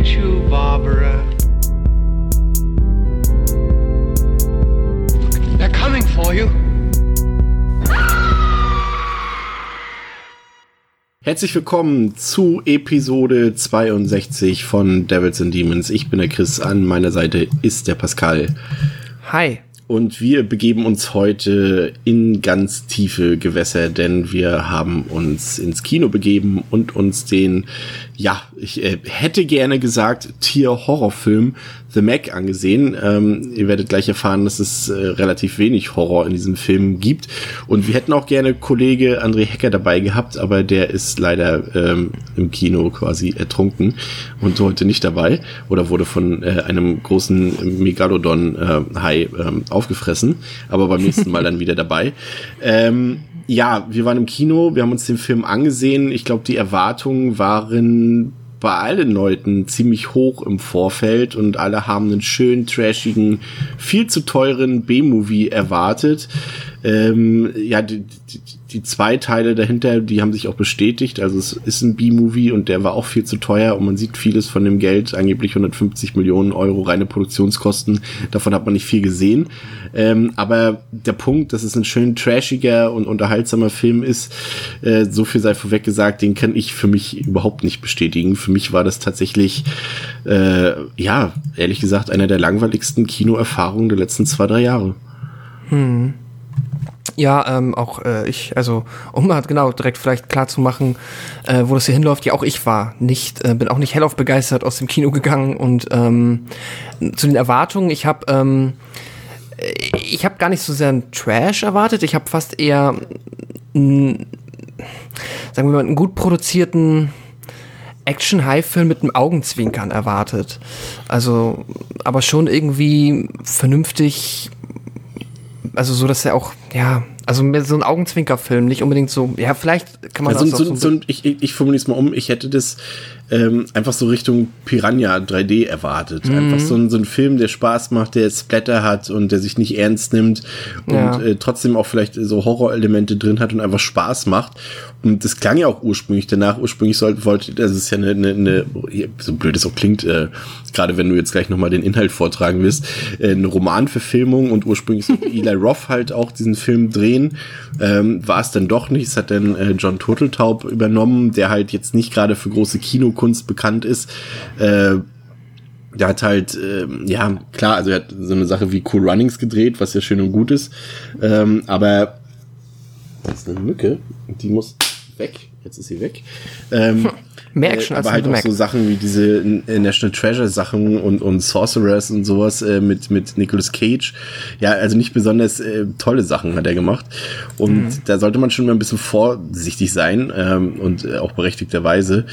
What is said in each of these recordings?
get you, Barbara. They're coming for you. Herzlich willkommen zu Episode 62 von Devils and Demons. Ich bin der Chris, an meiner Seite ist der Pascal. Hi. Und wir begeben uns heute in ganz tiefe Gewässer, denn wir haben uns ins Kino begeben und uns den, ich hätte gerne gesagt, Tier-Horrorfilm The Meg angesehen. Ihr werdet gleich erfahren, dass es relativ wenig Horror in diesem Film gibt. Und wir hätten auch gerne Kollege André Hecker dabei gehabt, aber der ist leider im Kino quasi ertrunken und heute nicht dabei oder wurde von einem großen Megalodon-Hai aufgefressen, aber beim nächsten Mal dann wieder dabei. Wir waren im Kino, wir haben uns den Film angesehen. Ich glaube, die Erwartungen waren bei allen Leuten ziemlich hoch im Vorfeld und alle haben einen schönen, trashigen, viel zu teuren B-Movie erwartet. Die zwei Teile dahinter, die haben sich auch bestätigt. Also es ist ein B-Movie und der war auch viel zu teuer und man sieht vieles von dem Geld, angeblich 150 Millionen Euro reine Produktionskosten. Davon hat man nicht viel gesehen. Aber der Punkt, dass es ein schön trashiger und unterhaltsamer Film ist, so viel sei vorweg gesagt, den kann ich für mich überhaupt nicht bestätigen. Für mich war das tatsächlich, ehrlich gesagt, einer der langweiligsten Kinoerfahrungen der letzten 2-3 Jahre. Ja, ich, also um mal genau direkt vielleicht klar zu machen, wo das hier hinläuft, ja auch ich bin auch nicht hellauf begeistert aus dem Kino gegangen und zu den Erwartungen, ich habe gar nicht so sehr einen Trash erwartet, ich habe fast eher sagen wir mal einen gut produzierten Action-High-Film mit einem Augenzwinkern erwartet. Also, aber schon irgendwie vernünftig, also so, dass er auch, also mehr so ein Augenzwinker-Film, nicht unbedingt so, vielleicht kann man ich formuliere es mal um, ich hätte das einfach so Richtung Piranha 3D erwartet. Einfach so ein Film, der Spaß macht, der Splatter hat und der sich nicht ernst nimmt und trotzdem auch vielleicht so Horrorelemente drin hat und einfach Spaß macht. Und das klang ja auch ursprünglich danach. Ursprünglich das ist ja eine so blöd es auch klingt, gerade wenn du jetzt gleich nochmal den Inhalt vortragen willst, eine Romanverfilmung und ursprünglich sollte Eli Roth halt auch diesen Film drehen. War es dann doch nicht. Es hat dann John Turteltaub übernommen, der halt jetzt nicht gerade für große Kinokunst bekannt ist. Der hat halt, klar, also er hat so eine Sache wie Cool Runnings gedreht, was ja schön und gut ist. Aber das ist eine Mücke, die muss weg. Jetzt ist sie weg. Mehr Action als aber halt auch so Sachen wie diese National Treasure Sachen und Sorcerers und sowas mit Nicolas Cage. Ja, also nicht besonders tolle Sachen hat er gemacht. Und da sollte man schon mal ein bisschen vorsichtig sein und auch berechtigterweise.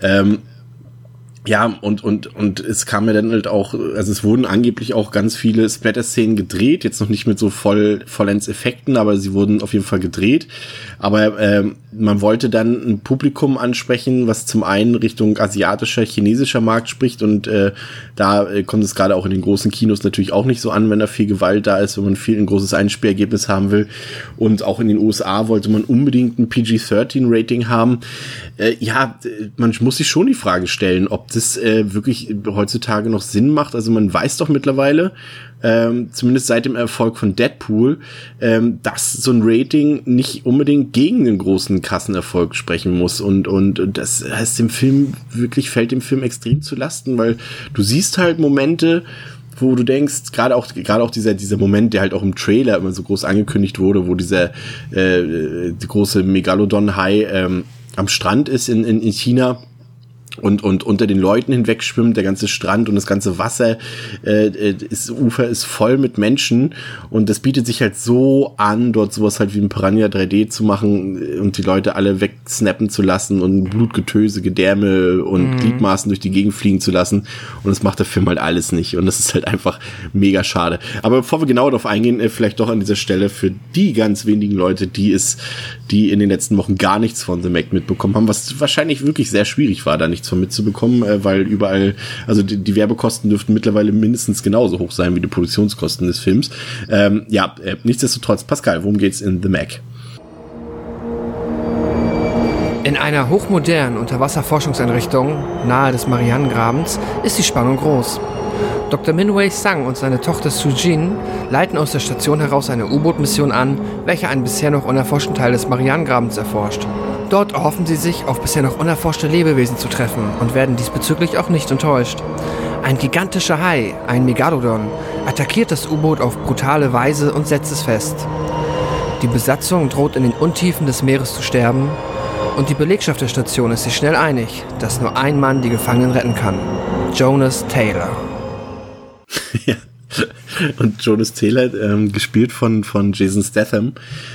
Und es kam mir dann halt auch, also es wurden angeblich auch ganz viele Splatter-Szenen gedreht, jetzt noch nicht mit so vollends Effekten, aber sie wurden auf jeden Fall gedreht. Aber man wollte dann ein Publikum ansprechen, was zum einen Richtung asiatischer, chinesischer Markt spricht und da kommt es gerade auch in den großen Kinos natürlich auch nicht so an, wenn da viel Gewalt da ist, wenn man ein großes Einspielergebnis haben will. Und auch in den USA wollte man unbedingt ein PG-13-Rating haben. Man muss sich schon die Frage stellen, ob das wirklich heutzutage noch Sinn macht. Also man weiß doch mittlerweile, zumindest seit dem Erfolg von Deadpool, dass so ein Rating nicht unbedingt gegen den großen Kassenerfolg sprechen muss und das heißt, fällt dem Film extrem zu Lasten, weil du siehst halt Momente, wo du denkst, gerade auch dieser Moment, der halt auch im Trailer immer so groß angekündigt wurde, wo dieser die große Megalodon-Hai am Strand ist in China und unter den Leuten hinweg schwimmt, der ganze Strand und das ganze Wasser, Ufer ist voll mit Menschen und das bietet sich halt so an, dort sowas halt wie ein Piranha 3D zu machen und die Leute alle wegsnappen zu lassen und Blutgetöse, Gedärme und Gliedmaßen durch die Gegend fliegen zu lassen und das macht der Film halt alles nicht und das ist halt einfach mega schade. Aber bevor wir genau darauf eingehen, vielleicht doch an dieser Stelle für die ganz wenigen Leute, die in den letzten Wochen gar nichts von The Meg mitbekommen haben, was wahrscheinlich wirklich sehr schwierig war, da nichts von mitzubekommen, weil überall, also die Werbekosten dürften mittlerweile mindestens genauso hoch sein wie die Produktionskosten des Films. Nichtsdestotrotz, Pascal, worum geht's in The Meg? In einer hochmodernen Unterwasserforschungseinrichtung nahe des Marianengrabens ist die Spannung groß. Dr. Min-Wei Sang und seine Tochter Su-Jin leiten aus der Station heraus eine U-Boot-Mission an, welche einen bisher noch unerforschten Teil des Marianengrabens erforscht. Dort erhoffen sie sich, auf bisher noch unerforschte Lebewesen zu treffen und werden diesbezüglich auch nicht enttäuscht. Ein gigantischer Hai, ein Megalodon, attackiert das U-Boot auf brutale Weise und setzt es fest. Die Besatzung droht in den Untiefen des Meeres zu sterben und die Belegschaft der Station ist sich schnell einig, dass nur ein Mann die Gefangenen retten kann: Jonas Taylor. Ja. Und Jonas Taylor, gespielt von Jason Statham,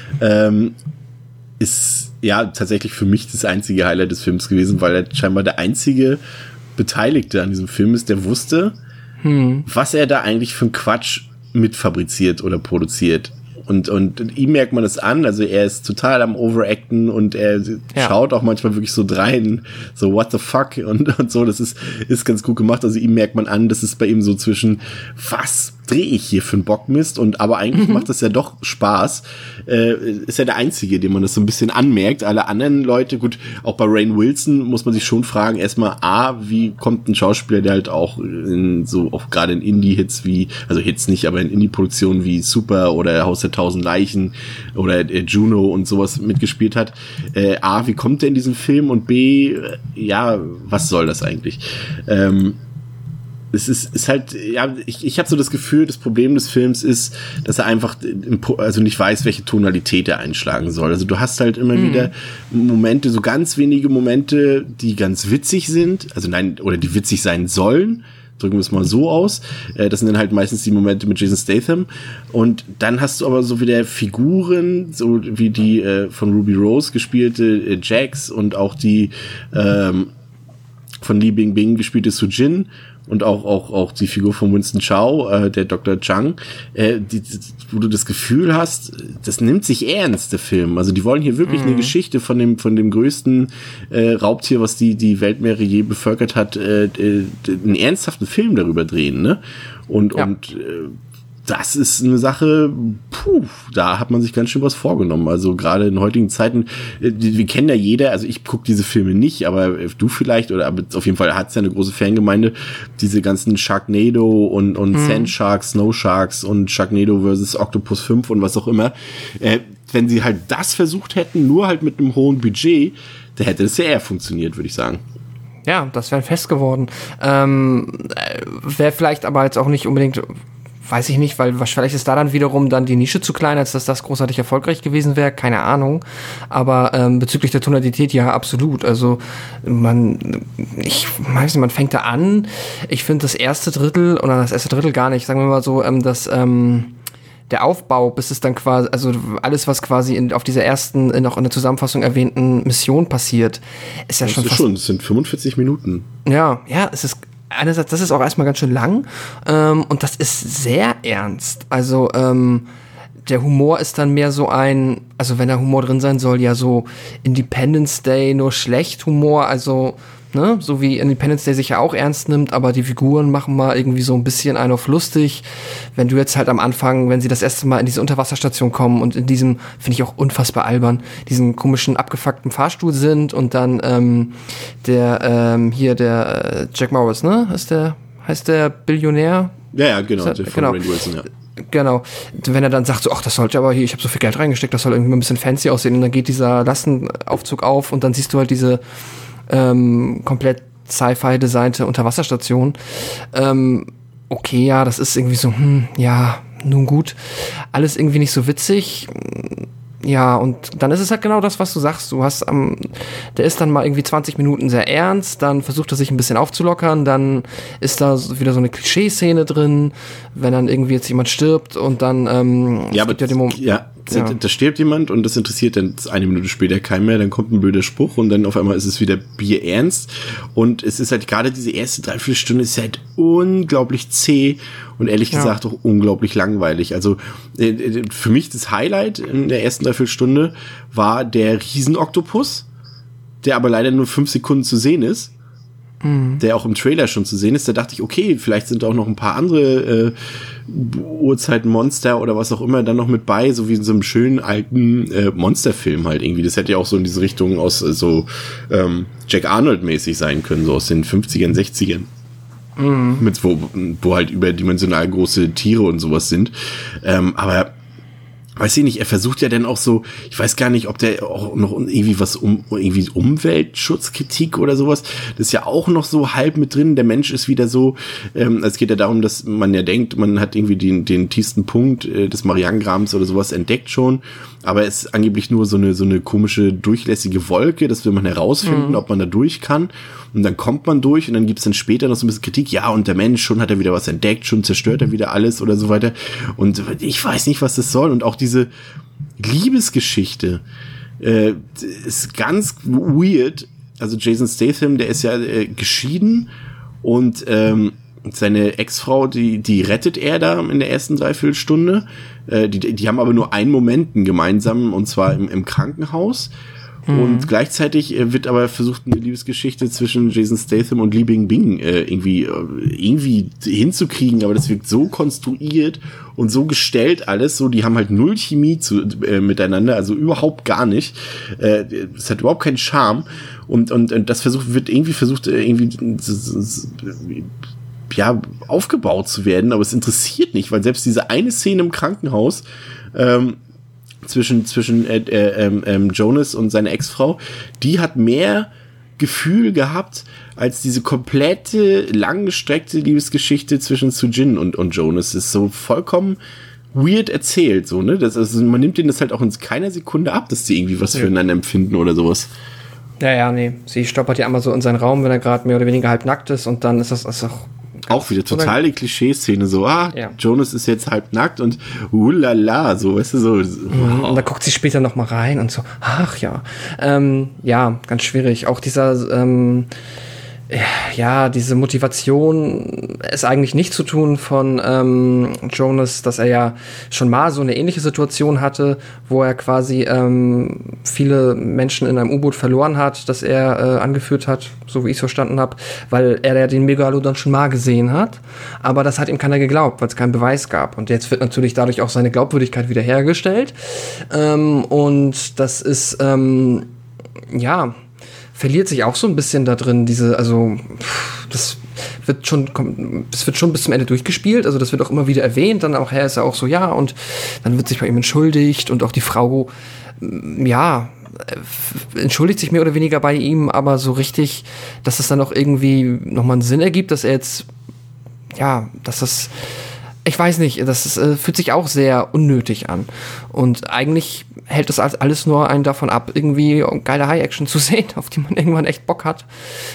ist ja tatsächlich für mich das einzige Highlight des Films gewesen, weil er scheinbar der einzige Beteiligte an diesem Film ist, der wusste, was er da eigentlich für einen Quatsch mitfabriziert oder produziert. Und ihm merkt man das an, also er ist total am Overacten und er schaut auch manchmal wirklich so drein, so what the fuck und so, das ist ganz gut gemacht, also ihm merkt man an, das ist bei ihm so zwischen, was drehe ich hier für einen Bockmist, und aber eigentlich macht das ja doch Spaß, ist ja der Einzige, dem man das so ein bisschen anmerkt. Alle anderen Leute, gut, auch bei Rainn Wilson muss man sich schon fragen, erstmal wie kommt ein Schauspieler, der halt auch auch gerade in Indie-Hits also Hits nicht, aber in Indie-Produktionen wie Super oder Haus der 1000 Leichen oder Juno und sowas mitgespielt hat. Wie kommt der in diesen Film, und B, was soll das eigentlich? Es ist halt, ich habe so das Gefühl, das Problem des Films ist, dass er einfach nicht weiß, welche Tonalität er einschlagen soll. Also du hast halt immer wieder Momente, so ganz wenige Momente, die ganz witzig sind, oder die witzig sein sollen, drücken wir es mal so aus. Das sind dann halt meistens die Momente mit Jason Statham. Und dann hast du aber so wieder Figuren, so wie die von Ruby Rose gespielte Jax und auch die von Li Bingbing gespielte Su-Jin und auch die Figur von Winston Chow, der Dr. Chang, wo du das Gefühl hast, das nimmt sich ernst, der Film. Also die wollen hier wirklich eine Geschichte von dem größten Raubtier, was die Weltmeere je bevölkert hat, einen ernsthaften Film darüber drehen, ne? Und das ist eine Sache, da hat man sich ganz schön was vorgenommen. Also gerade in heutigen Zeiten, wir kennen ja jeder, also ich gucke diese Filme nicht, aber du vielleicht, aber auf jeden Fall hat es ja eine große Fangemeinde, diese ganzen Sharknado und Sand Sharks, Snow Sharks und Sharknado vs. Octopus 5 und was auch immer. Wenn sie halt das versucht hätten, nur halt mit einem hohen Budget, da hätte es ja eher funktioniert, würde ich sagen. Ja, das wäre fest geworden. Wäre vielleicht aber jetzt auch nicht unbedingt, weiß ich nicht, weil vielleicht ist da dann wiederum dann die Nische zu klein, als dass das großartig erfolgreich gewesen wäre, keine Ahnung. Aber bezüglich der Tonalität, ja, absolut. Also man fängt da an. Ich finde das erste Drittel gar nicht, sagen wir mal so, der Aufbau, bis es dann quasi, also alles, was quasi auf dieser ersten, noch in der Zusammenfassung erwähnten Mission passiert, ist ja schon fast... Es sind 45 Minuten. Ja, es ist einerseits, das ist auch erstmal ganz schön lang, und das ist sehr ernst. Also der Humor ist dann mehr so also wenn da Humor drin sein soll, ja so Independence Day, nur schlecht Humor, also ne, so wie Independence Day sich ja auch ernst nimmt, aber die Figuren machen mal irgendwie so ein bisschen einen auf lustig. Wenn du jetzt halt am Anfang, wenn sie das erste Mal in diese Unterwasserstation kommen und in diesem, finde ich auch unfassbar albern, diesen komischen abgefuckten Fahrstuhl sind und dann der Jack Morris, ne, heißt der Billionär? Ja, genau, der von Rainn Wilson, ja. Genau, wenn er dann sagt, so, ach, das sollte aber hier, ich habe so viel Geld reingesteckt, das soll irgendwie mal ein bisschen fancy aussehen, und dann geht dieser Lastenaufzug auf und dann siehst du halt diese komplett Sci-Fi designte Unterwasserstation. Okay, ja, das ist irgendwie so, nun gut. Alles irgendwie nicht so witzig. Ja, und dann ist es halt genau das, was du sagst. Du hast der ist dann mal irgendwie 20 Minuten sehr ernst, dann versucht er sich ein bisschen aufzulockern, dann ist da wieder so eine Klischee-Szene drin, wenn dann irgendwie jetzt jemand stirbt und dann da stirbt jemand und das interessiert dann eine Minute später keinen mehr, dann kommt ein blöder Spruch und dann auf einmal ist es wieder bierernst, und es ist halt gerade diese erste Dreiviertelstunde ist halt unglaublich zäh und ehrlich gesagt auch unglaublich langweilig. Also für mich das Highlight in der ersten Dreiviertelstunde war der Riesenoktopus, der aber leider nur 5 Sekunden zu sehen ist. der auch im Trailer schon zu sehen ist. Da dachte ich, okay, vielleicht sind auch noch ein paar andere Urzeitmonster oder was auch immer dann noch mit bei, so wie in so einem schönen alten Monsterfilm halt irgendwie. Das hätte ja auch so in diese Richtung aus Jack Arnold-mäßig sein können, so aus den 50ern, 60ern. Mit wo halt überdimensional große Tiere und sowas sind. Aber weiß ich nicht, er versucht ja dann auch so, ich weiß gar nicht, ob der auch noch irgendwie irgendwie Umweltschutzkritik oder sowas, das ist ja auch noch so halb mit drin, der Mensch ist wieder so, es geht ja darum, dass man ja denkt, man hat irgendwie den tiefsten Punkt des Marianengrabens oder sowas entdeckt schon, aber es ist angeblich nur so eine komische, durchlässige Wolke, das will man herausfinden, ob man da durch kann. Und dann kommt man durch und dann gibt's dann später noch so ein bisschen Kritik, ja, und der Mensch, schon hat er wieder was entdeckt, schon zerstört er wieder alles oder so weiter. Und ich weiß nicht, was das soll. Und auch diese Liebesgeschichte ist ganz weird. Also Jason Statham, der ist ja geschieden und seine Ex-Frau, die rettet er da in der ersten Dreiviertelstunde. Die haben aber nur einen Moment gemeinsam, und zwar im Krankenhaus. Und gleichzeitig wird aber versucht, eine Liebesgeschichte zwischen Jason Statham und Li Bingbing irgendwie hinzukriegen, aber das wirkt so konstruiert und so gestellt alles, so, die haben halt null Chemie miteinander, also überhaupt gar nicht. Es hat überhaupt keinen Charme und das wird irgendwie versucht, aufgebaut zu werden, aber es interessiert nicht, weil selbst diese eine Szene im Krankenhaus, zwischen Jonas und seiner Ex-Frau, die hat mehr Gefühl gehabt als diese komplette, langgestreckte Liebesgeschichte zwischen Soo-Jin und Jonas. Das ist so vollkommen weird erzählt, so, ne? Man nimmt denen das halt auch in keiner Sekunde ab, dass die irgendwie was füreinander empfinden oder sowas. Ja, nee. Sie stoppert ja einmal so in seinen Raum, wenn er gerade mehr oder weniger halb nackt ist, und dann ist das auch wieder total die Klischee-Szene, so, Jonas ist jetzt halb nackt und ulala, so, weißt du, so. Wow. Und da guckt sie später noch mal rein und so, ach ja. Ja, ganz schwierig. Auch dieser, diese Motivation, es eigentlich nicht zu tun von Jonas, dass er ja schon mal so eine ähnliche Situation hatte, wo er quasi viele Menschen in einem U-Boot verloren hat, das er angeführt hat, so wie ich es verstanden habe, weil er ja den Megalodon schon mal gesehen hat. Aber das hat ihm keiner geglaubt, weil es keinen Beweis gab. Und jetzt wird natürlich dadurch auch seine Glaubwürdigkeit wiederhergestellt. Und das ist, verliert sich auch so ein bisschen da drin, das wird schon bis zum Ende durchgespielt, also das wird auch immer wieder erwähnt, dann auch ist er auch so, ja, und dann wird sich bei ihm entschuldigt und auch die Frau, entschuldigt sich mehr oder weniger bei ihm, aber so richtig, dass es dann auch irgendwie nochmal einen Sinn ergibt, dass er jetzt, ich weiß nicht, fühlt sich auch sehr unnötig an. Und eigentlich hält das alles nur einen davon ab, irgendwie geile High-Action zu sehen, auf die man irgendwann echt Bock hat.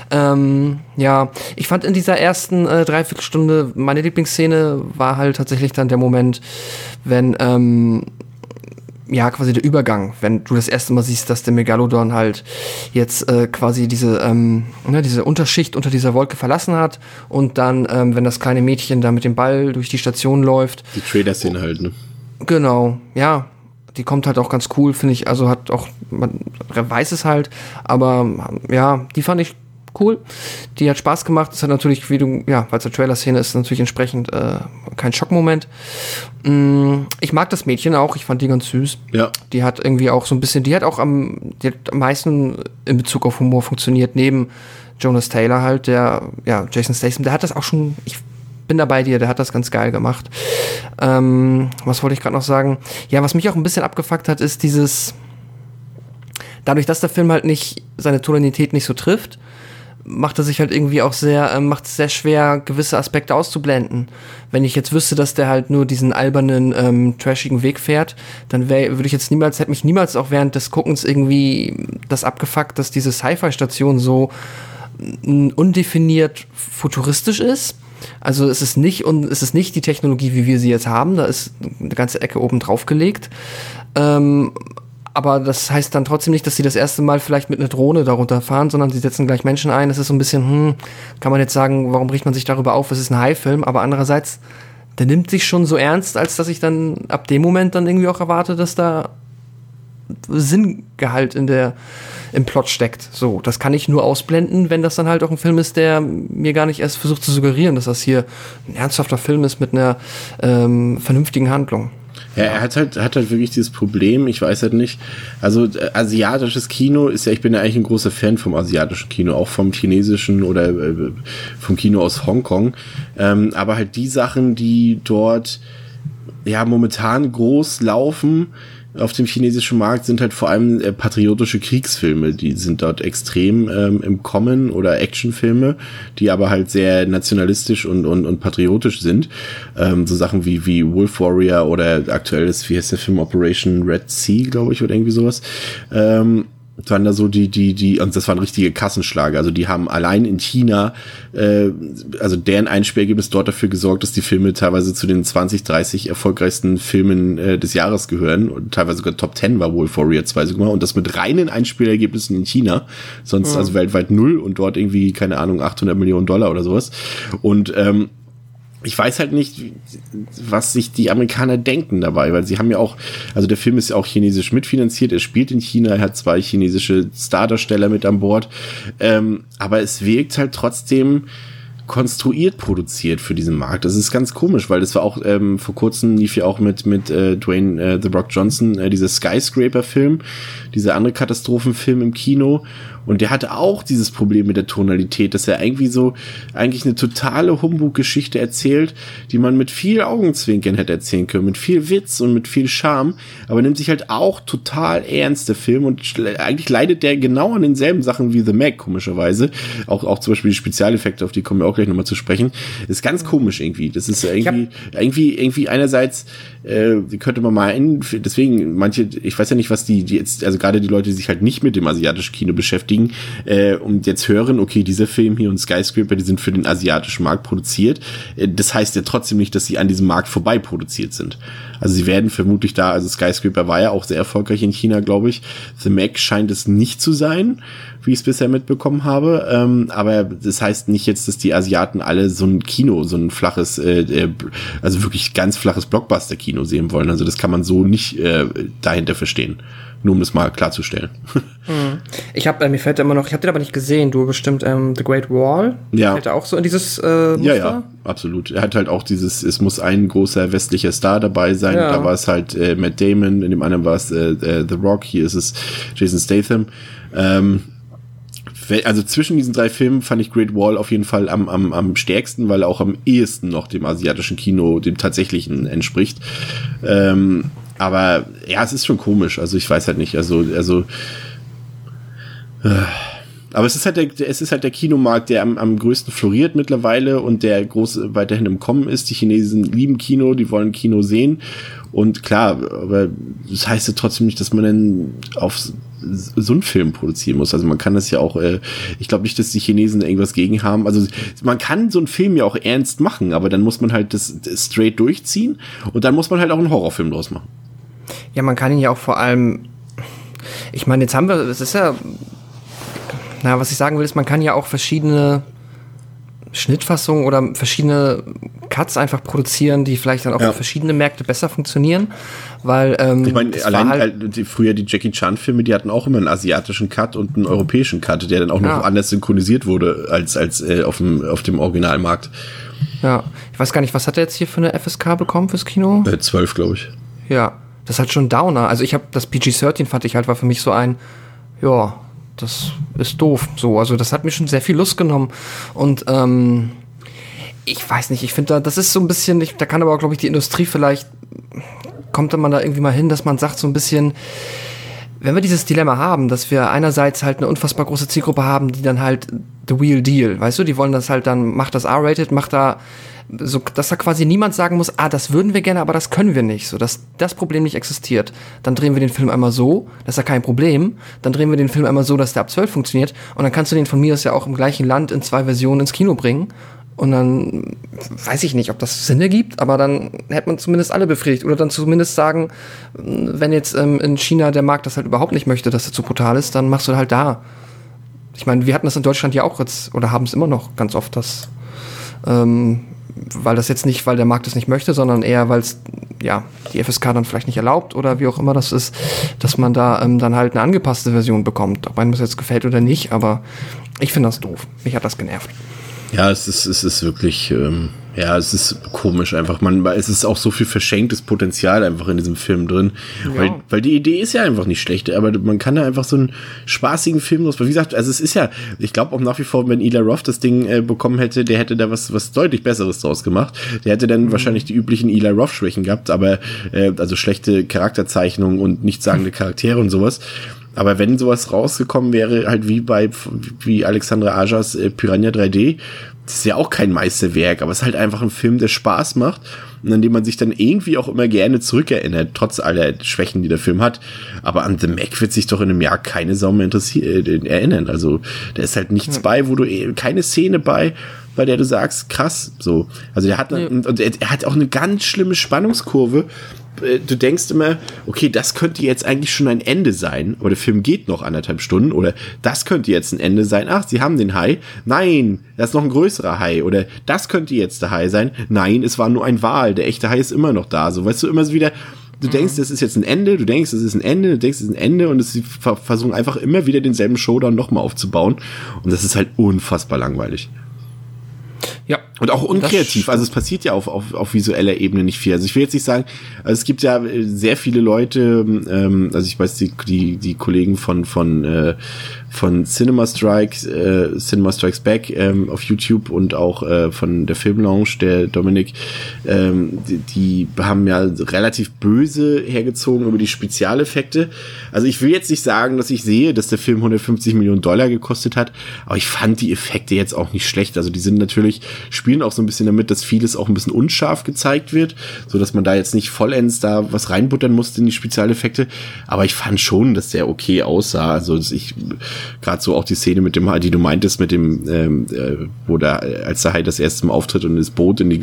Ich fand in dieser ersten Dreiviertelstunde, meine Lieblingsszene war halt tatsächlich dann der Moment, wenn quasi der Übergang, wenn du das erste Mal siehst, dass der Megalodon halt jetzt quasi diese Unterschicht unter dieser Wolke verlassen hat, und dann, wenn das kleine Mädchen da mit dem Ball durch die Station läuft. Die Trailer-Szene halt, ne? Genau, ja. Die kommt halt auch ganz cool, finde ich. Also man weiß es halt, aber ja, die fand ich cool. Die hat Spaß gemacht. Das hat natürlich, weil es eine Trailer-Szene ist, natürlich entsprechend kein Schockmoment. Ich mag das Mädchen auch. Ich fand die ganz süß. Ja. Die hat irgendwie auch so ein bisschen, die hat am meisten in Bezug auf Humor funktioniert, neben Jonas Taylor halt, Jason Statham, der hat das auch schon, ich bin da bei dir, der hat das ganz geil gemacht. Was wollte ich gerade noch sagen? Ja, was mich auch ein bisschen abgefuckt hat, ist dadurch, dass der Film halt nicht, seine Tonalität nicht so trifft, macht er sich halt irgendwie auch macht es sehr schwer, gewisse Aspekte auszublenden. Wenn ich jetzt wüsste, dass der halt nur diesen albernen, trashigen Weg fährt, dann hätte mich niemals auch während des Guckens irgendwie das abgefuckt, dass diese Sci-Fi-Station so undefiniert futuristisch ist. Also es ist nicht die Technologie, wie wir sie jetzt haben, da ist eine ganze Ecke oben drauf gelegt. Aber das heißt dann trotzdem nicht, dass sie das erste Mal vielleicht mit einer Drohne darunter fahren, sondern sie setzen gleich Menschen ein. Das ist so ein bisschen, kann man jetzt sagen, warum bricht man sich darüber auf, es ist ein High-Film, aber andererseits, der nimmt sich schon so ernst, als dass ich dann ab dem Moment dann irgendwie auch erwarte, dass da Sinngehalt im Plot steckt. So, das kann ich nur ausblenden, wenn das dann halt auch ein Film ist, der mir gar nicht erst versucht zu suggerieren, dass das hier ein ernsthafter Film ist mit einer vernünftigen Handlung. Ja, er hat halt wirklich dieses Problem, ich weiß halt nicht, also asiatisches Kino ist ja, ich bin ja eigentlich ein großer Fan vom asiatischen Kino, auch vom chinesischen oder vom Kino aus Hongkong, aber halt die Sachen, die dort ja momentan groß laufen auf dem chinesischen Markt, sind halt vor allem patriotische Kriegsfilme, die sind dort extrem im Kommen, oder Actionfilme, die aber halt sehr nationalistisch und patriotisch sind. So Sachen wie Wolf Warrior oder aktuell ist, wie heißt der Film, Operation Red Sea, glaube ich, oder irgendwie sowas. Waren da so und das waren richtige Kassenschlager. Also die haben allein in China, also deren Einspielergebnis dort dafür gesorgt, dass die Filme teilweise zu den 20, 30 erfolgreichsten Filmen des Jahres gehören. Und teilweise sogar Top 10 war Wolf Warrior 2 sogar. Und das mit reinen Einspielergebnissen in China. Sonst also weltweit 0 und dort irgendwie, keine Ahnung, $800 Millionen oder sowas. Und ich weiß halt nicht, was sich die Amerikaner denken dabei, weil sie haben ja auch, also der Film ist ja auch chinesisch mitfinanziert, er spielt in China, er hat 2 chinesische Stardarsteller mit an Bord, aber es wirkt halt trotzdem konstruiert produziert für diesen Markt. Das ist ganz komisch, weil das war auch, vor kurzem lief ja auch mit Dwayne The Rock Johnson dieser Skyscraper-Film, dieser andere Katastrophenfilm im Kino. Und der hatte auch dieses Problem mit der Tonalität, dass er eigentlich eine totale Humbug-Geschichte erzählt, die man mit viel Augenzwinkern hätte erzählen können, mit viel Witz und mit viel Charme, aber nimmt sich halt auch total ernst, der Film, und eigentlich leidet der genau an denselben Sachen wie The Meg, komischerweise. Auch zum Beispiel die Spezialeffekte, auf die kommen wir auch gleich nochmal zu sprechen. Das ist ganz komisch irgendwie. Das ist irgendwie einerseits, könnte man mal deswegen manche, ich weiß ja nicht, was die jetzt, also gerade die Leute, die sich halt nicht mit dem asiatischen Kino beschäftigen, und jetzt hören, okay, dieser Film hier und Skyscraper, die sind für den asiatischen Markt produziert. Das heißt ja trotzdem nicht, dass sie an diesem Markt vorbei produziert sind. Also sie werden vermutlich da, also Skyscraper war ja auch sehr erfolgreich in China, glaube ich. The Meg scheint es nicht zu sein, wie ich es bisher mitbekommen habe. Aber das heißt nicht jetzt, dass die Asiaten alle so ein Kino, so ein flaches, also wirklich ganz flaches Blockbuster-Kino sehen wollen. Also das kann man so nicht dahinter verstehen. Nur um das mal klarzustellen. Mir fällt immer noch, ich habe den aber nicht gesehen, du bestimmt The Great Wall. Ja. Fällt er auch so in dieses Muster? Ja, absolut. Er hat halt auch es muss ein großer westlicher Star dabei sein. Ja. Da war es halt Matt Damon, in dem anderen war es The Rock, hier ist es Jason Statham. Also zwischen diesen 3 Filmen fand ich Great Wall auf jeden Fall am stärksten, weil er auch am ehesten noch dem asiatischen Kino, dem tatsächlichen, entspricht. Aber ja, es ist schon komisch. Also ich weiß halt nicht. Aber es ist halt der Kinomarkt, der am größten floriert mittlerweile und der weiterhin im Kommen ist. Die Chinesen lieben Kino, die wollen Kino sehen. Und klar, aber das heißt ja trotzdem nicht, dass man dann auf so einen Film produzieren muss. Also man kann das ja auch, ich glaube nicht, dass die Chinesen irgendwas gegen haben. Also man kann so einen Film ja auch ernst machen, aber dann muss man halt das straight durchziehen und dann muss man halt auch einen Horrorfilm draus machen. Ja, man kann ihn ja auch vor allem, ich meine, jetzt haben wir, es ist ja, was ich sagen will, ist, man kann ja auch verschiedene Schnittfassungen oder verschiedene Cuts einfach produzieren, die vielleicht dann auch für verschiedene Märkte besser funktionieren, weil ich meine, allein früher die Jackie Chan-Filme, die hatten auch immer einen asiatischen Cut und einen europäischen Cut, der dann auch noch anders synchronisiert wurde als auf dem Originalmarkt. Ja, ich weiß gar nicht, was hat er jetzt hier für eine FSK bekommen fürs Kino? 12, glaube ich. Ja, das ist halt schon Downer. Also ich habe das PG-13 fand ich halt, war für mich so ein, ja, das ist doof. So, also das hat mir schon sehr viel Lust genommen. Und ich weiß nicht, ich finde das ist so ein bisschen, da kann aber auch, glaube ich, die Industrie vielleicht, kommt man da irgendwie mal hin, dass man sagt so ein bisschen, wenn wir dieses Dilemma haben, dass wir einerseits halt eine unfassbar große Zielgruppe haben, die dann halt the real deal, weißt du, die wollen das halt dann, macht das R-rated, macht da so, dass da quasi niemand sagen muss, das würden wir gerne, aber das können wir nicht, so, dass das Problem nicht existiert. Dann drehen wir den Film einmal so, das ist ja kein Problem. Dann drehen wir den Film einmal so, dass der ab 12 funktioniert. Und dann kannst du den von mir aus ja auch im gleichen Land in 2 Versionen ins Kino bringen. Und dann weiß ich nicht, ob das Sinn ergibt, aber dann hätte man zumindest alle befriedigt. Oder dann zumindest sagen, wenn jetzt in China der Markt das halt überhaupt nicht möchte, dass er zu brutal ist, dann machst du halt da. Ich meine, wir hatten das in Deutschland ja auch jetzt, oder haben es immer noch ganz oft, dass weil das jetzt nicht, weil der Markt das nicht möchte, sondern eher, weil es ja die FSK dann vielleicht nicht erlaubt oder wie auch immer das ist, dass man da dann halt eine angepasste Version bekommt. Ob einem das jetzt gefällt oder nicht, aber ich finde das doof. Mich hat das genervt. Ja, es ist wirklich, es ist komisch einfach. Es ist auch so viel verschenktes Potenzial einfach in diesem Film drin. Ja. Weil die Idee ist ja einfach nicht schlecht, aber man kann da einfach so einen spaßigen Film los. Wie gesagt, also es ist ja, ich glaube auch nach wie vor, wenn Eli Roth das Ding bekommen hätte, der hätte da was deutlich Besseres draus gemacht. Der hätte dann wahrscheinlich die üblichen Eli Roth-Schwächen gehabt, aber also schlechte Charakterzeichnung und nichtssagende Charaktere und sowas. Aber wenn sowas rausgekommen wäre, halt wie Alexandre Ajas Piranha 3D, das ist ja auch kein Meisterwerk, aber es ist halt einfach ein Film, der Spaß macht und an dem man sich dann irgendwie auch immer gerne zurückerinnert, trotz aller Schwächen, die der Film hat. Aber an The Meg wird sich doch in einem Jahr keine Sau mehr erinnern. Also da ist halt nichts bei, keine Szene bei der du sagst, krass, so. Also er hat auch eine ganz schlimme Spannungskurve. Du denkst immer, okay, das könnte jetzt eigentlich schon ein Ende sein. Oder der Film geht noch 1,5 Stunden. Oder das könnte jetzt ein Ende sein. Ach, sie haben den Hai. Nein, da ist noch ein größerer Hai. Oder das könnte jetzt der Hai sein. Nein, es war nur ein Wal. Der echte Hai ist immer noch da. So, weißt du, immer so wieder, du denkst, das ist jetzt ein Ende. Du denkst, das ist ein Ende. Du denkst, das ist ein Ende. Und sie versuchen einfach immer wieder denselben Showdown nochmal aufzubauen. Und das ist halt unfassbar langweilig. Ja. Und auch unkreativ. Also es passiert ja auf visueller Ebene nicht viel. Also ich will jetzt nicht sagen, also es gibt ja sehr viele Leute, also ich weiß, die Kollegen von Cinema Strikes Back auf YouTube und auch von der Filmlounge, der Dominik, die haben ja relativ böse hergezogen über die Spezialeffekte. Also ich will jetzt nicht sagen, dass ich sehe, dass der Film $150 Millionen gekostet hat, aber ich fand die Effekte jetzt auch nicht schlecht. Also die sind natürlich, spielen auch so ein bisschen damit, dass vieles auch ein bisschen unscharf gezeigt wird, so dass man da jetzt nicht vollends da was reinbuttern musste in die Spezialeffekte. Aber ich fand schon, dass der okay aussah. Also gerade so auch die Szene mit dem Hai, die du meintest, mit dem, wo da, als der Hai das erste Mal auftritt und das Boot in die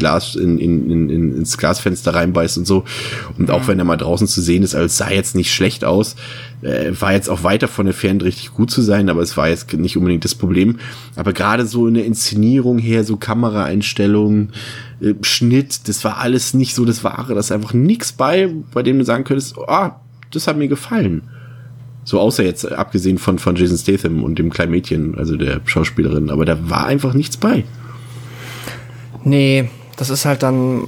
ins Glasfenster reinbeißt und so. Und auch wenn er mal draußen zu sehen ist, also es sah jetzt nicht schlecht aus. War jetzt auch weiter von entfernt richtig gut zu sein, aber es war jetzt nicht unbedingt das Problem. Aber gerade so in der Inszenierung her, so Kameraeinstellungen, Schnitt, das war alles nicht so das Wahre. Da ist einfach nichts bei dem du sagen könntest, das hat mir gefallen. So außer jetzt, abgesehen von Jason Statham und dem kleinen Mädchen, also der Schauspielerin. Aber da war einfach nichts bei. Nee, das ist halt dann...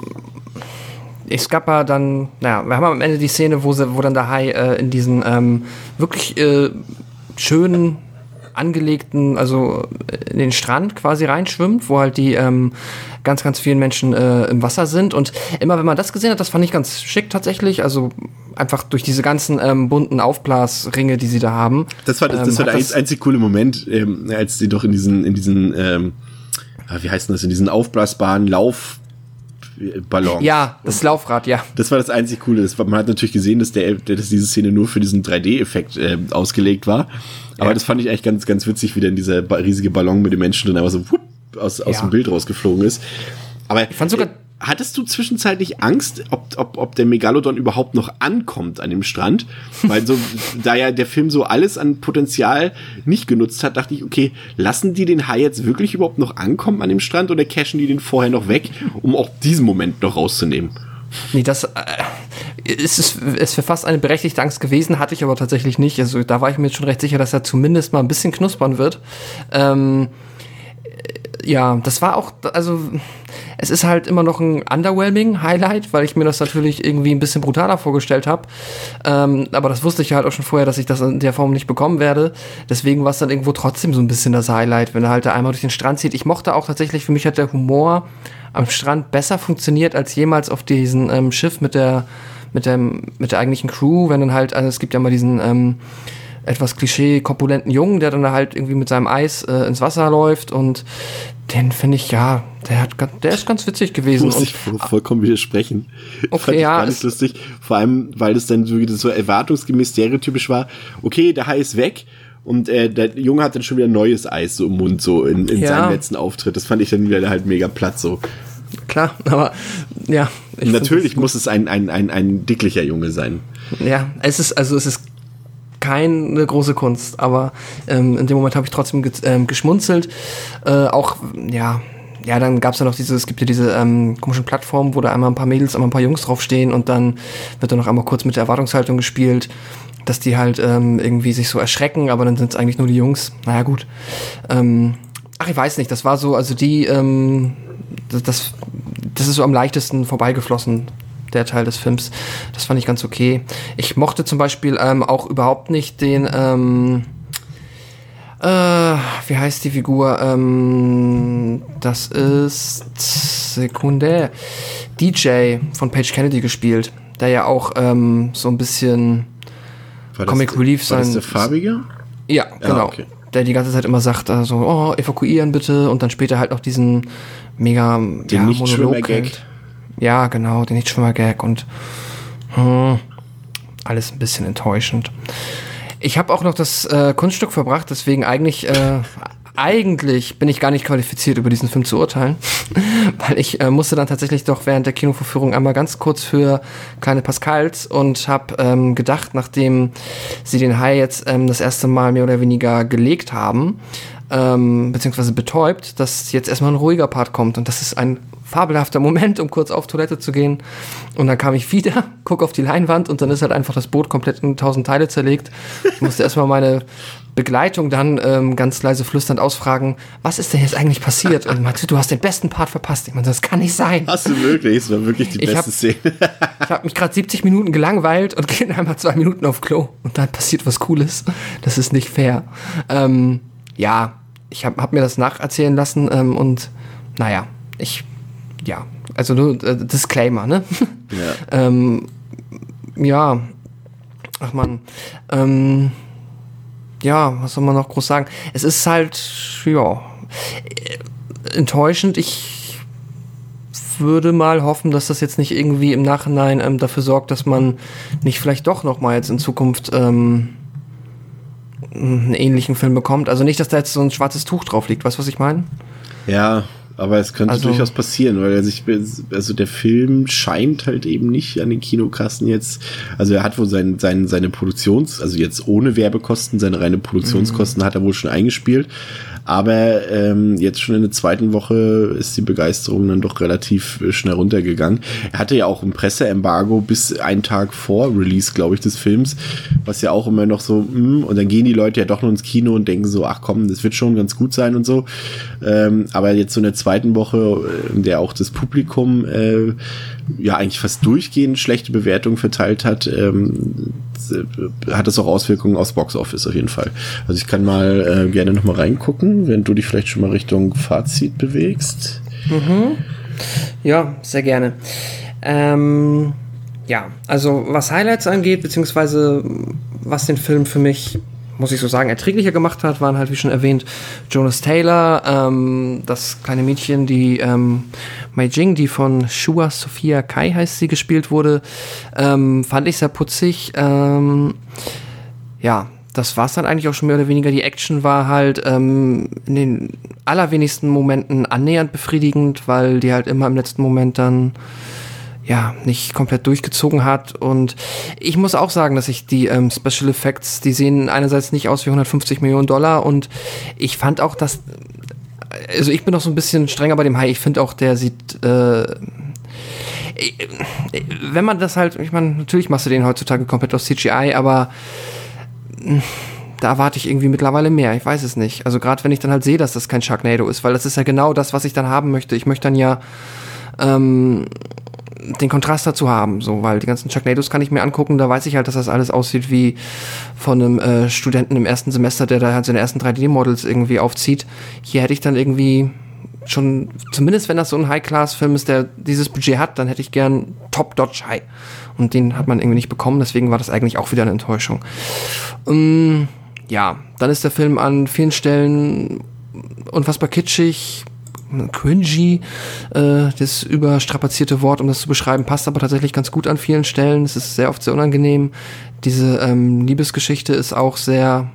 Es gab ja dann, wir haben am Ende die Szene, wo dann der Hai in diesen wirklich schönen angelegten, also in den Strand quasi reinschwimmt, wo halt die ganz, ganz vielen Menschen im Wasser sind. Und immer wenn man das gesehen hat, das fand ich ganz schick tatsächlich, also einfach durch diese ganzen bunten Aufblasringe, die sie da haben. Das war der einzig coole Moment, als sie doch in diesen wie heißt denn das, in diesen aufblasbaren Laufballons. Ja, das Laufrad, ja. Das war das einzig Coole. Man hat natürlich gesehen, dass diese Szene nur für diesen 3D-Effekt ausgelegt war. Aber das fand ich eigentlich ganz, ganz witzig, wie dann dieser riesige Ballon mit den Menschen dann einfach so aus dem Bild rausgeflogen ist. Aber ich fand sogar, hattest du zwischenzeitlich Angst, ob der Megalodon überhaupt noch ankommt an dem Strand? Weil so, da ja der Film so alles an Potenzial nicht genutzt hat, dachte ich, okay, lassen die den Hai jetzt wirklich überhaupt noch ankommen an dem Strand oder cashen die den vorher noch weg, um auch diesen Moment noch rauszunehmen? Nee, das ist für fast eine berechtigte Angst gewesen, hatte ich aber tatsächlich nicht. Also da war ich mir jetzt schon recht sicher, dass er zumindest mal ein bisschen knuspern wird. Ja, das war auch, also es ist halt immer noch ein underwhelming Highlight, weil ich mir das natürlich irgendwie ein bisschen brutaler vorgestellt habe. Aber das wusste ich halt auch schon vorher, dass ich das in der Form nicht bekommen werde. Deswegen war es dann irgendwo trotzdem so ein bisschen das Highlight, wenn er halt da einmal durch den Strand zieht. Ich mochte auch tatsächlich, für mich hat der Humor am Strand besser funktioniert als jemals auf diesem Schiff mit der eigentlichen Crew, wenn dann halt, also es gibt ja mal diesen etwas klischee-korpulenten Jungen, der dann halt irgendwie mit seinem Eis ins Wasser läuft und den finde ich, ja, der ist ganz witzig gewesen. Muss ich vollkommen widersprechen. Okay, fand ich ja. gar nicht lustig. Vor allem, weil es dann so erwartungsgemäß stereotypisch war. Okay, der Hai ist weg und der Junge hat dann schon wieder neues Eis so im Mund, so in seinem letzten Auftritt. Das fand ich dann wieder halt mega platt so. Klar, aber ja. Natürlich muss es ein dicklicher Junge sein. Ja, es ist keine große Kunst, aber in dem Moment habe ich trotzdem geschmunzelt. Auch, ja, ja, dann gab's ja noch es gibt ja diese komischen Plattformen, wo da einmal ein paar Mädels, einmal ein paar Jungs draufstehen und dann wird da noch einmal kurz mit der Erwartungshaltung gespielt, dass die halt irgendwie sich so erschrecken, aber dann sind es eigentlich nur die Jungs. Naja, gut. Ich weiß nicht, das war so, also das ist so am leichtesten vorbeigeflossen, der Teil des Films. Das fand ich ganz okay. Ich mochte zum Beispiel auch überhaupt nicht den, wie heißt die Figur? Das ist Sekunde. DJ von Page Kennedy gespielt, der ja auch so ein bisschen Comic Relief sein. War das der Farbige? Ja, genau. Okay. Der die ganze Zeit immer sagt, so, evakuieren bitte, und dann später halt noch diesen mega Monolog hält. Ja, genau, den Nichtschwimmer-Gag und alles ein bisschen enttäuschend. Ich habe auch noch das Kunststück verbracht, deswegen eigentlich bin ich gar nicht qualifiziert, über diesen Film zu urteilen, weil ich musste dann tatsächlich doch während der Kinovorführung einmal ganz kurz für kleine Pascals und habe gedacht, nachdem sie den Hai jetzt das erste Mal mehr oder weniger gelegt haben, beziehungsweise betäubt, dass jetzt erstmal ein ruhiger Part kommt, und das ist ein fabelhafter Moment, um kurz auf Toilette zu gehen. Und dann kam ich wieder, guck auf die Leinwand, und dann ist halt einfach das Boot komplett in 1000 Teile zerlegt. Ich musste erstmal meine Begleitung dann ganz leise flüsternd ausfragen, was ist denn jetzt eigentlich passiert? Und meinte, du hast den besten Part verpasst. Ich meinte, das kann nicht sein. Hast du wirklich? Das war wirklich die beste Szene. Ich habe mich gerade 70 Minuten gelangweilt und gehe einmal 2 Minuten auf Klo und dann passiert was Cooles. Das ist nicht fair. Ja, ich hab mir das nacherzählen lassen und naja, also nur Disclaimer, ne? Ja. Ja, ach man, ja, was soll man noch groß sagen? Es ist halt, ja, enttäuschend. Ich würde mal hoffen, dass das jetzt nicht irgendwie im Nachhinein dafür sorgt, dass man nicht vielleicht doch noch mal jetzt in Zukunft einen ähnlichen Film bekommt. Also nicht, dass da jetzt so ein schwarzes Tuch drauf liegt. Weißt du, was ich meine? Ja, aber es könnte durchaus passieren, weil der Film scheint halt eben nicht an den Kinokassen jetzt, also er hat wohl seine also jetzt ohne Werbekosten, seine reine Produktionskosten hat er wohl schon eingespielt, aber jetzt schon in der zweiten Woche ist die Begeisterung dann doch relativ schnell runtergegangen. Er hatte ja auch ein Presseembargo bis einen Tag vor Release, glaube ich, des Films, was ja auch immer noch so, und dann gehen die Leute ja doch noch ins Kino und denken so, ach komm, das wird schon ganz gut sein und so, aber jetzt so in der zweiten Woche, in der auch das Publikum ja eigentlich fast durchgehend schlechte Bewertungen verteilt hat, hat das auch Auswirkungen aufs Boxoffice auf jeden Fall. Also ich kann mal gerne noch mal reingucken, wenn du dich vielleicht schon mal Richtung Fazit bewegst. Mhm. Ja, sehr gerne. Ja, also was Highlights angeht, beziehungsweise was den Film für mich, muss ich so sagen, erträglicher gemacht hat, waren halt, wie schon erwähnt, Jonas Taylor, das kleine Mädchen, die Mei Jing, die von Shua Sophia Kai heißt sie, gespielt wurde, fand ich sehr putzig. Ja, das war's dann eigentlich auch schon mehr oder weniger. Die Action war halt in den allerwenigsten Momenten annähernd befriedigend, weil die halt immer im letzten Moment dann nicht komplett durchgezogen hat. Und ich muss auch sagen, dass ich die Special Effects, die sehen einerseits nicht aus wie $150 Millionen, und ich fand auch, dass, also ich bin noch so ein bisschen strenger bei dem Hai, ich finde auch, der sieht, wenn man das halt, ich meine, natürlich machst du den heutzutage komplett aus CGI, aber da erwarte ich irgendwie mittlerweile mehr, ich weiß es nicht. Also gerade wenn ich dann halt sehe, dass das kein Sharknado ist, weil das ist ja genau das, was ich dann haben möchte. Ich möchte dann ja den Kontrast dazu haben, so, weil die ganzen Sharknados kann ich mir angucken, da weiß ich halt, dass das alles aussieht wie von einem Studenten im ersten Semester, der da halt seine ersten 3D-Models irgendwie aufzieht. Hier hätte ich dann irgendwie schon, zumindest wenn das so ein High-Class-Film ist, der dieses Budget hat, dann hätte ich gern Top-Dodge-High. Und den hat man irgendwie nicht bekommen, deswegen war das eigentlich auch wieder eine Enttäuschung. Ja, dann ist der Film an vielen Stellen unfassbar kitschig, cringy, das überstrapazierte Wort, um das zu beschreiben, passt aber tatsächlich ganz gut an vielen Stellen. Es ist sehr oft sehr unangenehm. Diese Liebesgeschichte ist auch sehr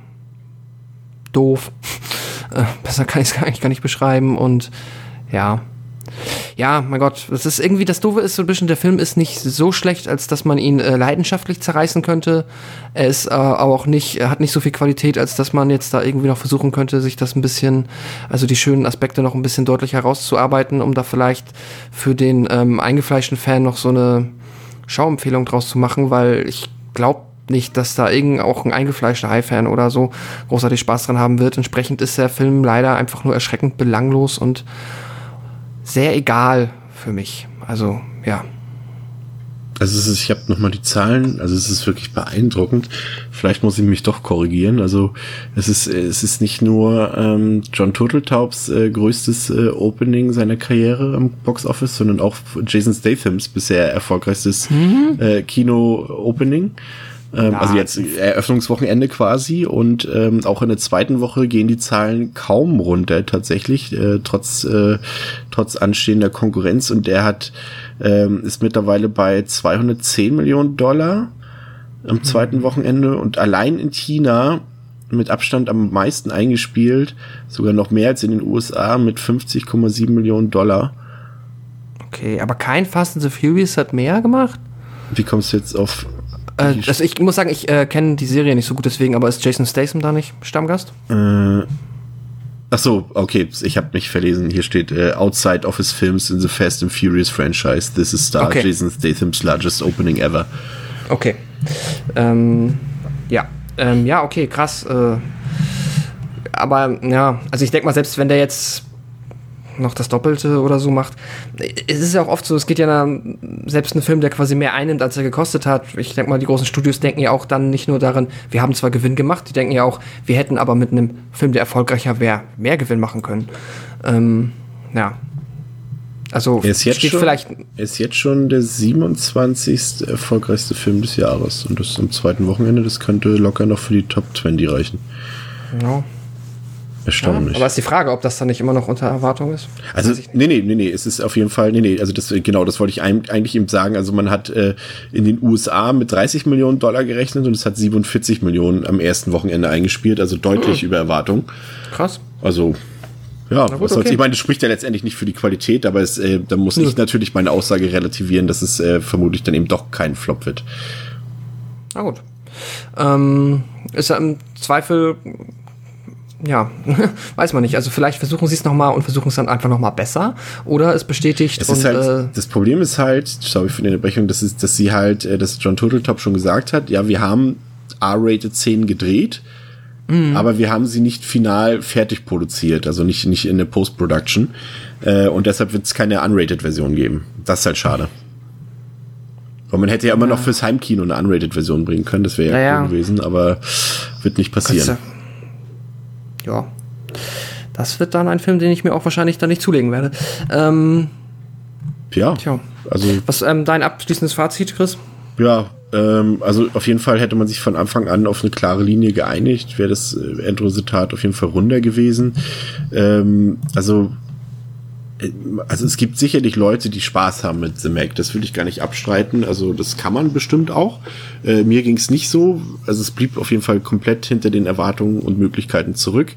doof. Besser kann ich es eigentlich gar nicht beschreiben. Und ja, ja, mein Gott, das ist irgendwie, das Doofe ist so ein bisschen, der Film ist nicht so schlecht, als dass man ihn leidenschaftlich zerreißen könnte. Er ist auch nicht, er hat nicht so viel Qualität, als dass man jetzt da irgendwie noch versuchen könnte, sich das ein bisschen, also die schönen Aspekte noch ein bisschen deutlich herauszuarbeiten, um da vielleicht für den eingefleischten Fan noch so eine Schauempfehlung draus zu machen, weil ich glaube nicht, dass da auch ein eingefleischter High-Fan oder so großartig Spaß dran haben wird. Entsprechend ist der Film leider einfach nur erschreckend belanglos und sehr egal für mich. Also, ja. Also ich habe nochmal die Zahlen, also es ist wirklich beeindruckend. Vielleicht muss ich mich doch korrigieren. Also es ist nicht nur John Turteltaubs größtes Opening seiner Karriere am Box-Office, sondern auch Jason Stathams bisher erfolgreichstes Kino-Opening. Also jetzt Eröffnungswochenende quasi und auch in der zweiten Woche gehen die Zahlen kaum runter tatsächlich, trotz anstehender Konkurrenz, und der ist mittlerweile bei $210 Millionen am zweiten Wochenende und allein in China mit Abstand am meisten eingespielt, sogar noch mehr als in den USA mit $50,7 Millionen. Okay, aber kein Fast and the Furious hat mehr gemacht? Wie kommst du jetzt auf... Also ich muss sagen, ich kenne die Serie nicht so gut deswegen, aber ist Jason Statham da nicht Stammgast? Ach so, okay, ich habe mich verlesen. Hier steht outside of his films in the Fast and Furious franchise, this is star Jason Statham's largest opening ever. Okay. Ja, okay, krass. Aber ja, also ich denke mal, selbst wenn der jetzt noch das Doppelte oder so macht. Es ist ja auch oft so, es geht ja dann, selbst ein Film, der quasi mehr einnimmt, als er gekostet hat. Ich denke mal, die großen Studios denken ja auch dann nicht nur daran, wir haben zwar Gewinn gemacht, die denken ja auch, wir hätten aber mit einem Film, der erfolgreicher wäre, mehr Gewinn machen können. Ja. Also ist jetzt schon der 27. erfolgreichste Film des Jahres. Und das am zweiten Wochenende, das könnte locker noch für die Top 20 reichen. Ja. Erstaunlich. Ja, aber ist die Frage, ob das dann nicht immer noch unter Erwartung ist? Also, nee, es ist auf jeden Fall, also das wollte ich eigentlich eben sagen. Also man hat in den USA mit $30 Millionen gerechnet und es hat 47 Millionen am ersten Wochenende eingespielt, also deutlich über Erwartung. Krass. Also, ja, gut, was soll's? Okay. Ich meine, das spricht ja letztendlich nicht für die Qualität, aber da muss ich natürlich meine Aussage relativieren, dass es vermutlich dann eben doch kein Flop wird. Na gut. Ist ja im Zweifel... Ja, weiß man nicht. Also vielleicht versuchen sie es nochmal und versuchen es dann einfach nochmal besser. Oder es bestätigt. Das Problem ist halt, sorry für die Unterbrechung, dass John Turteltaub schon gesagt hat, ja, wir haben R-Rated-Szenen gedreht, aber wir haben sie nicht final fertig produziert, also nicht in der Post-Production. Und deshalb wird es keine Unrated-Version geben. Das ist halt schade. Weil man hätte ja immer noch fürs Heimkino eine Unrated-Version bringen können, das wäre ja cool gewesen, aber wird nicht passieren. Ja, das wird dann ein Film, den ich mir auch wahrscheinlich dann nicht zulegen werde. Tja. Also was dein abschließendes Fazit, Chris? Ja, also auf jeden Fall hätte man sich von Anfang an auf eine klare Linie geeinigt, wäre das Endresultat auf jeden Fall runder gewesen. Also es gibt sicherlich Leute, die Spaß haben mit The Meg, das will ich gar nicht abstreiten, also das kann man bestimmt auch. Mir ging es nicht so, also es blieb auf jeden Fall komplett hinter den Erwartungen und Möglichkeiten zurück.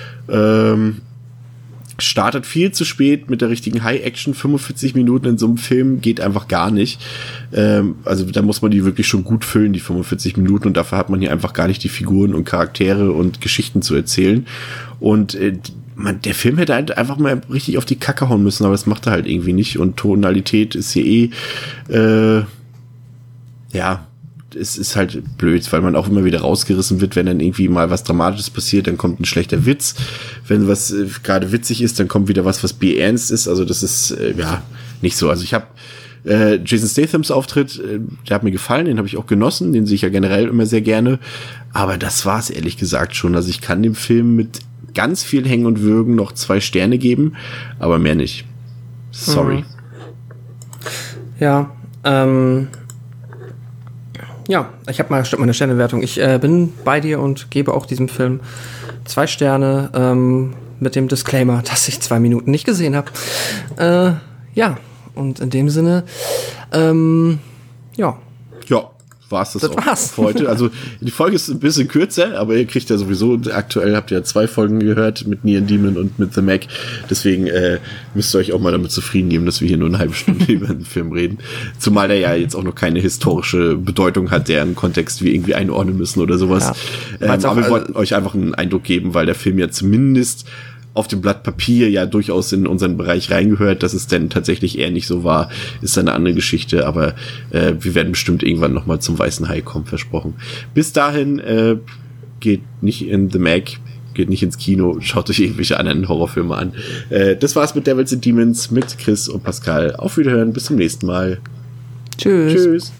Startet viel zu spät mit der richtigen High-Action, 45 Minuten in so einem Film geht einfach gar nicht. Also da muss man die wirklich schon gut füllen, die 45 Minuten, und dafür hat man hier einfach gar nicht die Figuren und Charaktere und Geschichten zu erzählen. Und der Film hätte halt einfach mal richtig auf die Kacke hauen müssen, aber das macht er halt irgendwie nicht. Und Tonalität ist hier es ist halt blöd, weil man auch immer wieder rausgerissen wird, wenn dann irgendwie mal was Dramatisches passiert, dann kommt ein schlechter Witz. Wenn was gerade witzig ist, dann kommt wieder was beernst ist. Also das ist nicht so. Also ich habe Jason Stathams Auftritt, der hat mir gefallen, den habe ich auch genossen, den sehe ich ja generell immer sehr gerne. Aber das war's ehrlich gesagt schon. Also ich kann dem Film mit ganz viel Hängen und Würgen noch 2 Sterne geben, aber mehr nicht. Sorry. Ja, ja, ich habe mal eine Sternewertung. Ich bin bei dir und gebe auch diesem Film 2 Sterne mit dem Disclaimer, dass ich 2 Minuten nicht gesehen habe. Ja, und in dem Sinne, ja. Ja, war's das war's für heute. Also die Folge ist ein bisschen kürzer, aber ihr kriegt ja sowieso, aktuell habt ihr ja 2 Folgen gehört mit Neon Demon und mit The Mac. Deswegen müsst ihr euch auch mal damit zufrieden geben, dass wir hier nur eine halbe Stunde über den Film reden. Zumal der ja jetzt auch noch keine historische Bedeutung hat, deren Kontext wir irgendwie einordnen müssen oder sowas. Ja. Aber wir wollten euch einfach einen Eindruck geben, weil der Film ja zumindest auf dem Blatt Papier ja durchaus in unseren Bereich reingehört. Dass es denn tatsächlich eher nicht so war, ist eine andere Geschichte. Aber wir werden bestimmt irgendwann nochmal zum Weißen Hai kommen, versprochen. Bis dahin geht nicht in The Mac, geht nicht ins Kino, schaut euch irgendwelche anderen Horrorfilme an. Das war's mit Devils and Demons mit Chris und Pascal. Auf Wiederhören, bis zum nächsten Mal. Tschüss.